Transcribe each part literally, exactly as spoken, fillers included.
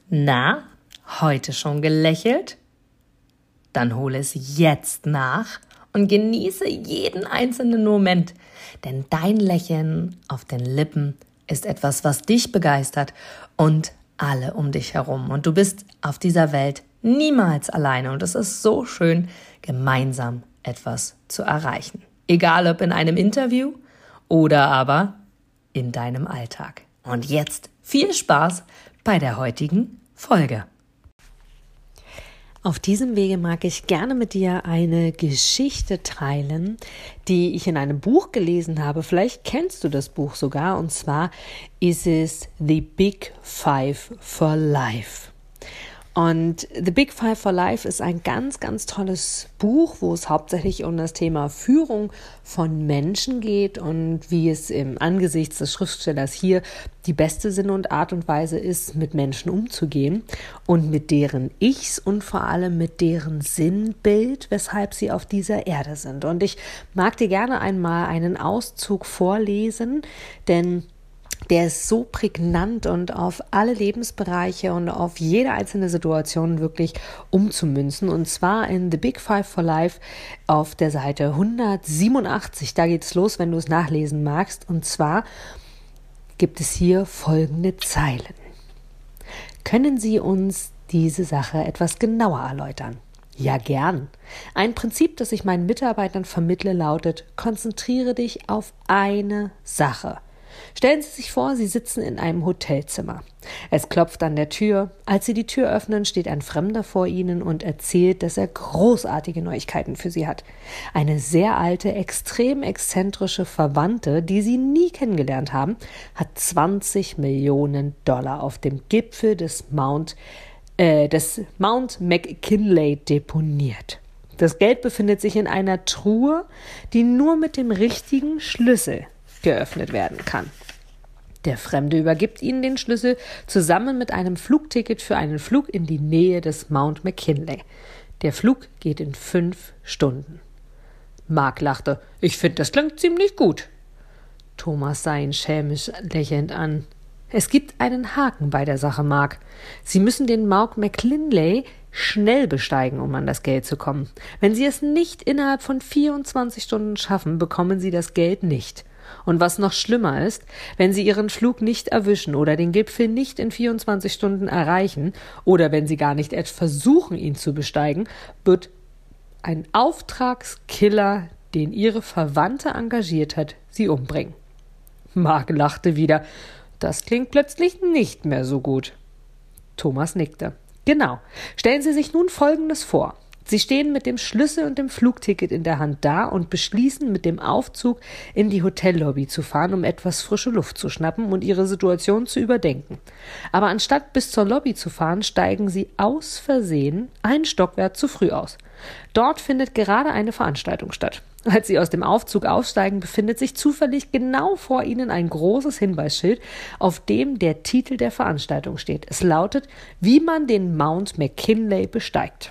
Na, heute schon gelächelt? Dann hole es jetzt nach und genieße jeden einzelnen Moment, denn dein Lächeln auf den Lippen ist etwas, was dich begeistert und alle um dich herum. Und du bist auf dieser Welt niemals alleine und es ist so schön, gemeinsam etwas zu erreichen. Egal ob in einem Interview oder aber in deinem Alltag. Und jetzt viel Spaß bei der heutigen Folge. Auf diesem Wege mag ich gerne mit dir eine Geschichte teilen, die ich in einem Buch gelesen habe. Vielleicht kennst du das Buch sogar, und zwar ist es The Big Five for Life. Und The Big Five for Life ist ein ganz, ganz tolles Buch, wo es hauptsächlich um das Thema Führung von Menschen geht und wie es im Angesichts des Schriftstellers hier die beste Sinn und Art und Weise ist, mit Menschen umzugehen und mit deren Ichs und vor allem mit deren Sinnbild, weshalb sie auf dieser Erde sind. Und ich mag dir gerne einmal einen Auszug vorlesen, denn der ist so prägnant und auf alle Lebensbereiche und auf jede einzelne Situation wirklich umzumünzen. Und zwar in The Big Five for Life auf der Seite hundertsiebenundachtzig. Da geht es los, wenn du es nachlesen magst. Und zwar gibt es hier folgende Zeilen. Können Sie uns diese Sache etwas genauer erläutern? Ja, gern. Ein Prinzip, das ich meinen Mitarbeitern vermittle, lautet: Konzentriere dich auf eine Sache. Stellen Sie sich vor, Sie sitzen in einem Hotelzimmer. Es klopft an der Tür. Als Sie die Tür öffnen, steht ein Fremder vor Ihnen und erzählt, dass er großartige Neuigkeiten für Sie hat. Eine sehr alte, extrem exzentrische Verwandte, die Sie nie kennengelernt haben, hat zwanzig Millionen Dollar auf dem Gipfel des Mount, äh, des Mount McKinley deponiert. Das Geld befindet sich in einer Truhe, die nur mit dem richtigen Schlüssel geöffnet werden kann. Der Fremde übergibt Ihnen den Schlüssel zusammen mit einem Flugticket für einen Flug in die Nähe des Mount McKinley. Der Flug geht in fünf Stunden. Mark lachte. Ich finde, das klingt ziemlich gut. Thomas sah ihn schelmisch lächelnd an. Es gibt einen Haken bei der Sache, Mark. Sie müssen den Mount McKinley schnell besteigen, um an das Geld zu kommen. Wenn Sie es nicht innerhalb von vierundzwanzig Stunden schaffen, bekommen Sie das Geld nicht. Und was noch schlimmer ist, wenn Sie Ihren Flug nicht erwischen oder den Gipfel nicht in vierundzwanzig Stunden erreichen oder wenn Sie gar nicht erst versuchen, ihn zu besteigen, wird ein Auftragskiller, den Ihre Verwandte engagiert hat, Sie umbringen. Mark lachte wieder. Das klingt plötzlich nicht mehr so gut. Thomas nickte. Genau. Stellen Sie sich nun Folgendes vor. Sie stehen mit dem Schlüssel und dem Flugticket in der Hand da und beschließen, mit dem Aufzug in die Hotellobby zu fahren, um etwas frische Luft zu schnappen und ihre Situation zu überdenken. Aber anstatt bis zur Lobby zu fahren, steigen sie aus Versehen ein Stockwerk zu früh aus. Dort findet gerade eine Veranstaltung statt. Als sie aus dem Aufzug aussteigen, befindet sich zufällig genau vor ihnen ein großes Hinweisschild, auf dem der Titel der Veranstaltung steht. Es lautet: Wie man den Mount McKinley besteigt.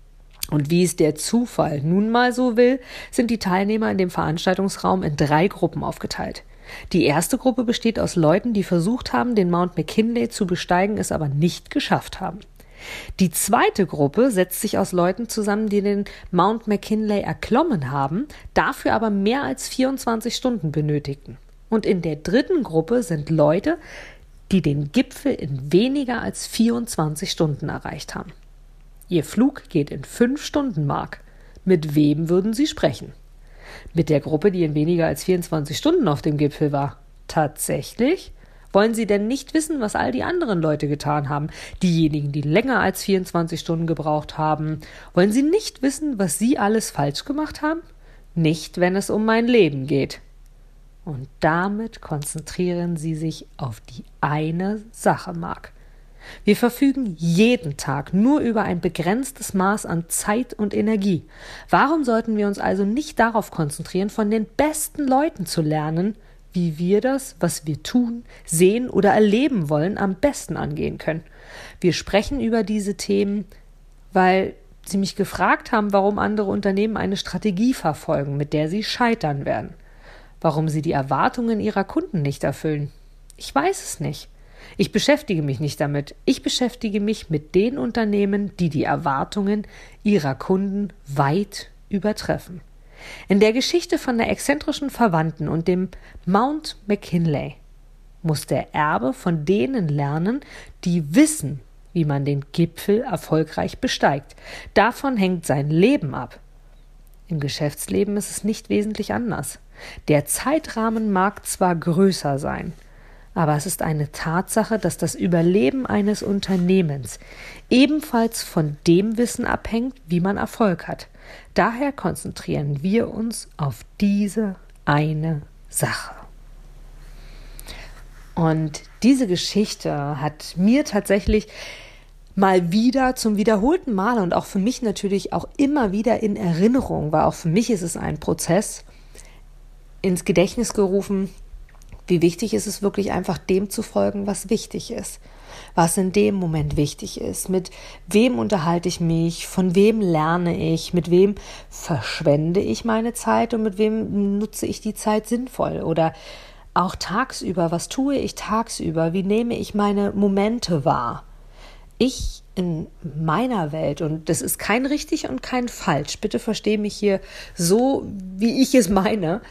Und wie es der Zufall nun mal so will, sind die Teilnehmer in dem Veranstaltungsraum in drei Gruppen aufgeteilt. Die erste Gruppe besteht aus Leuten, die versucht haben, den Mount McKinley zu besteigen, es aber nicht geschafft haben. Die zweite Gruppe setzt sich aus Leuten zusammen, die den Mount McKinley erklommen haben, dafür aber mehr als vierundzwanzig Stunden benötigten. Und in der dritten Gruppe sind Leute, die den Gipfel in weniger als vierundzwanzig Stunden erreicht haben. Ihr Flug geht in fünf Stunden, Mark. Mit wem würden Sie sprechen? Mit der Gruppe, die in weniger als vierundzwanzig Stunden auf dem Gipfel war. Tatsächlich? Wollen Sie denn nicht wissen, was all die anderen Leute getan haben? Diejenigen, die länger als vierundzwanzig Stunden gebraucht haben. Wollen Sie nicht wissen, was Sie alles falsch gemacht haben? Nicht, wenn es um mein Leben geht. Und damit konzentrieren Sie sich auf die eine Sache, Mark. Wir verfügen jeden Tag nur über ein begrenztes Maß an Zeit und Energie. Warum sollten wir uns also nicht darauf konzentrieren, von den besten Leuten zu lernen, wie wir das, was wir tun, sehen oder erleben wollen, am besten angehen können? Wir sprechen über diese Themen, weil Sie mich gefragt haben, warum andere Unternehmen eine Strategie verfolgen, mit der sie scheitern werden. Warum sie die Erwartungen ihrer Kunden nicht erfüllen. Ich weiß es nicht. Ich beschäftige mich nicht damit. Ich beschäftige mich mit den Unternehmen, die die Erwartungen ihrer Kunden weit übertreffen. In der Geschichte von der exzentrischen Verwandten und dem Mount McKinley muss der Erbe von denen lernen, die wissen, wie man den Gipfel erfolgreich besteigt. Davon hängt sein Leben ab. Im Geschäftsleben ist es nicht wesentlich anders. Der Zeitrahmen mag zwar größer sein, aber es ist eine Tatsache, dass das Überleben eines Unternehmens ebenfalls von dem Wissen abhängt, wie man Erfolg hat. Daher konzentrieren wir uns auf diese eine Sache. Und diese Geschichte hat mir tatsächlich mal wieder zum wiederholten Mal und auch für mich natürlich auch immer wieder in Erinnerung, weil auch für mich ist es ein Prozess, ins Gedächtnis gerufen, wie wichtig ist es wirklich einfach dem zu folgen, was wichtig ist, was in dem Moment wichtig ist, mit wem unterhalte ich mich, von wem lerne ich, mit wem verschwende ich meine Zeit und mit wem nutze ich die Zeit sinnvoll oder auch tagsüber, was tue ich tagsüber, wie nehme ich meine Momente wahr. Ich in meiner Welt, und das ist kein richtig und kein falsch, bitte verstehe mich hier so, wie ich es meine.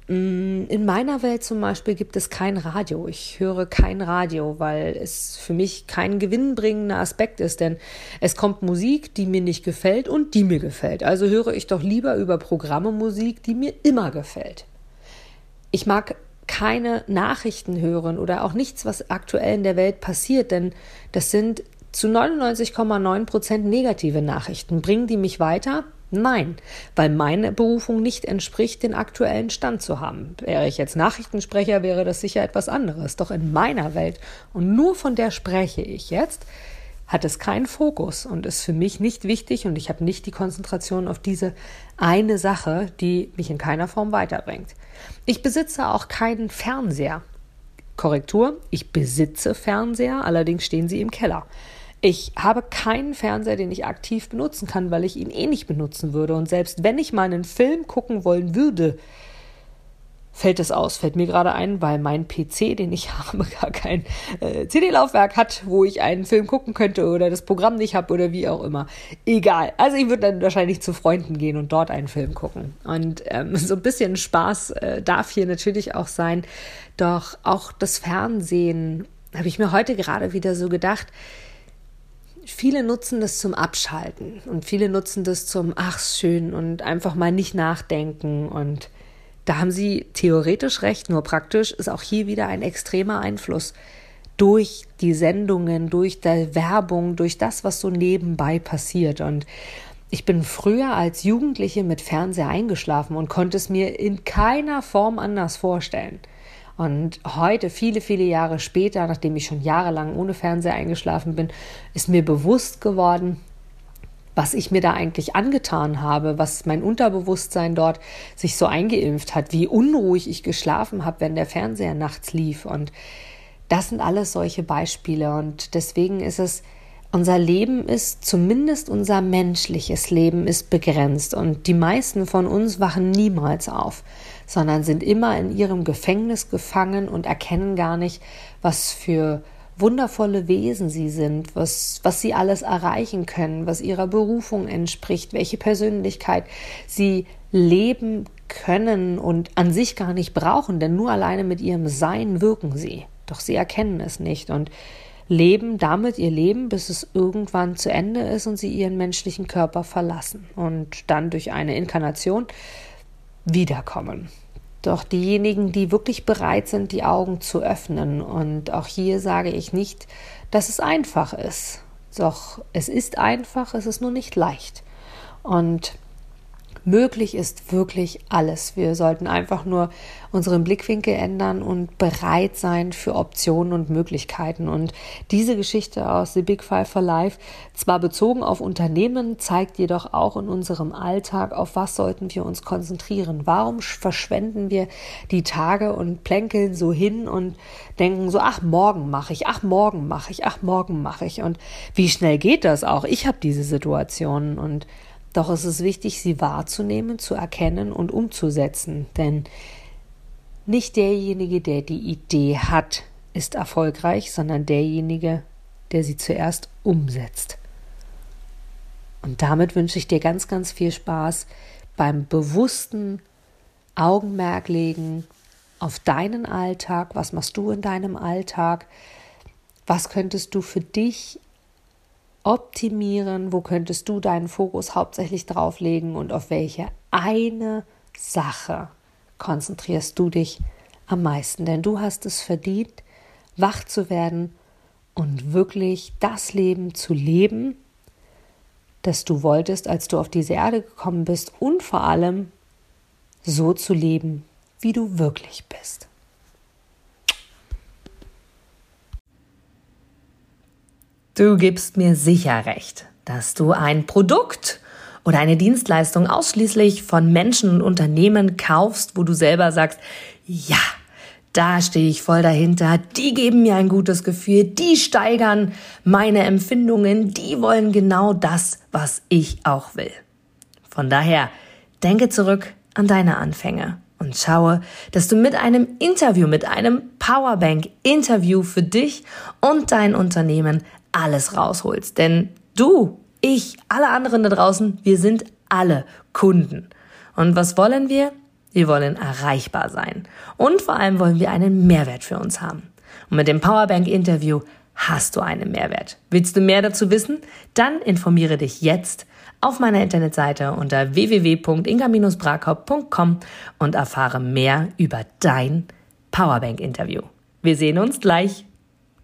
In meiner Welt zum Beispiel gibt es kein Radio. Ich höre kein Radio, weil es für mich kein gewinnbringender Aspekt ist, denn es kommt Musik, die mir nicht gefällt und die mir gefällt. Also höre ich doch lieber über Programme Musik, die mir immer gefällt. Ich mag keine Nachrichten hören oder auch nichts, was aktuell in der Welt passiert, denn das sind zu neunundneunzig Komma neun Prozent negative Nachrichten. Bringen die mich weiter? Nein, weil meine Berufung nicht entspricht, den aktuellen Stand zu haben. Wäre ich jetzt Nachrichtensprecher, wäre das sicher etwas anderes. Doch in meiner Welt, und nur von der spreche ich jetzt, hat es keinen Fokus und ist für mich nicht wichtig und ich habe nicht die Konzentration auf diese eine Sache, die mich in keiner Form weiterbringt. Ich besitze auch keinen Fernseher. Korrektur, ich besitze Fernseher, allerdings stehen sie im Keller. Ich habe keinen Fernseher, den ich aktiv benutzen kann, weil ich ihn eh nicht benutzen würde. Und selbst wenn ich mal einen Film gucken wollen würde, fällt es aus. Fällt mir gerade ein, weil mein P C, den ich habe, gar kein äh, C D-Laufwerk hat, wo ich einen Film gucken könnte oder das Programm nicht habe oder wie auch immer. Egal. Also ich würde dann wahrscheinlich zu Freunden gehen und dort einen Film gucken. Und ähm, so ein bisschen Spaß äh, darf hier natürlich auch sein. Doch auch das Fernsehen, habe ich mir heute gerade wieder so gedacht, viele nutzen das zum Abschalten und viele nutzen das zum ach schön und einfach mal nicht nachdenken und da haben sie theoretisch recht, nur praktisch ist auch hier wieder ein extremer Einfluss durch die Sendungen, durch die Werbung, durch das, was so nebenbei passiert und ich bin früher als Jugendliche mit Fernseher eingeschlafen und konnte es mir in keiner Form anders vorstellen. Und heute, viele, viele Jahre später, nachdem ich schon jahrelang ohne Fernseher eingeschlafen bin, ist mir bewusst geworden, was ich mir da eigentlich angetan habe, was mein Unterbewusstsein dort sich so eingeimpft hat, wie unruhig ich geschlafen habe, wenn der Fernseher nachts lief. Und das sind alles solche Beispiele. Und deswegen ist es, unser Leben ist, zumindest unser menschliches Leben ist begrenzt. Und die meisten von uns wachen niemals auf, sondern sind immer in ihrem Gefängnis gefangen und erkennen gar nicht, was für wundervolle Wesen sie sind, was, was sie alles erreichen können, was ihrer Berufung entspricht, welche Persönlichkeit sie leben können und an sich gar nicht brauchen, denn nur alleine mit ihrem Sein wirken sie. Doch sie erkennen es nicht und leben damit ihr Leben, bis es irgendwann zu Ende ist und sie ihren menschlichen Körper verlassen und dann durch eine Inkarnation wiederkommen. Doch diejenigen, die wirklich bereit sind, die Augen zu öffnen, und auch hier sage ich nicht, dass es einfach ist, doch es ist einfach, es ist nur nicht leicht. Und möglich ist wirklich alles. Wir sollten einfach nur unseren Blickwinkel ändern und bereit sein für Optionen und Möglichkeiten. Und diese Geschichte aus The Big Five for Life, zwar bezogen auf Unternehmen, zeigt jedoch auch in unserem Alltag, auf was sollten wir uns konzentrieren. Warum verschwenden wir die Tage und plänkeln so hin und denken so, ach, morgen mache ich, ach, morgen mache ich, ach, morgen mache ich. Und wie schnell geht das auch? Ich habe diese Situationen und doch ist es wichtig, sie wahrzunehmen, zu erkennen und umzusetzen. Denn nicht derjenige, der die Idee hat, ist erfolgreich, sondern derjenige, der sie zuerst umsetzt. Und damit wünsche ich dir ganz, ganz viel Spaß beim bewussten Augenmerk legen auf deinen Alltag. Was machst du in deinem Alltag? Was könntest du für dich optimieren? Wo könntest du deinen Fokus hauptsächlich drauf legen? Und auf welche eine Sache konzentrierst du dich am meisten? Denn du hast es verdient, wach zu werden und wirklich das Leben zu leben, das du wolltest, als du auf diese Erde gekommen bist, und vor allem so zu leben, wie du wirklich bist. Du gibst mir sicher recht, dass du ein Produkt oder eine Dienstleistung ausschließlich von Menschen und Unternehmen kaufst, wo du selber sagst, ja, da stehe ich voll dahinter, die geben mir ein gutes Gefühl, die steigern meine Empfindungen, die wollen genau das, was ich auch will. Von daher, denke zurück an deine Anfänge und schaue, dass du mit einem Interview, mit einem Powerbank-Interview für dich und dein Unternehmen alles rausholst. Denn du, ich, alle anderen da draußen, wir sind alle Kunden. Und was wollen wir? Wir wollen erreichbar sein. Und vor allem wollen wir einen Mehrwert für uns haben. Und mit dem Powerbank-Interview hast du einen Mehrwert. Willst du mehr dazu wissen? Dann informiere dich jetzt auf meiner Internetseite unter w w w punkt inga Bindestrich brakop punkt com und erfahre mehr über dein Powerbank-Interview. Wir sehen uns gleich.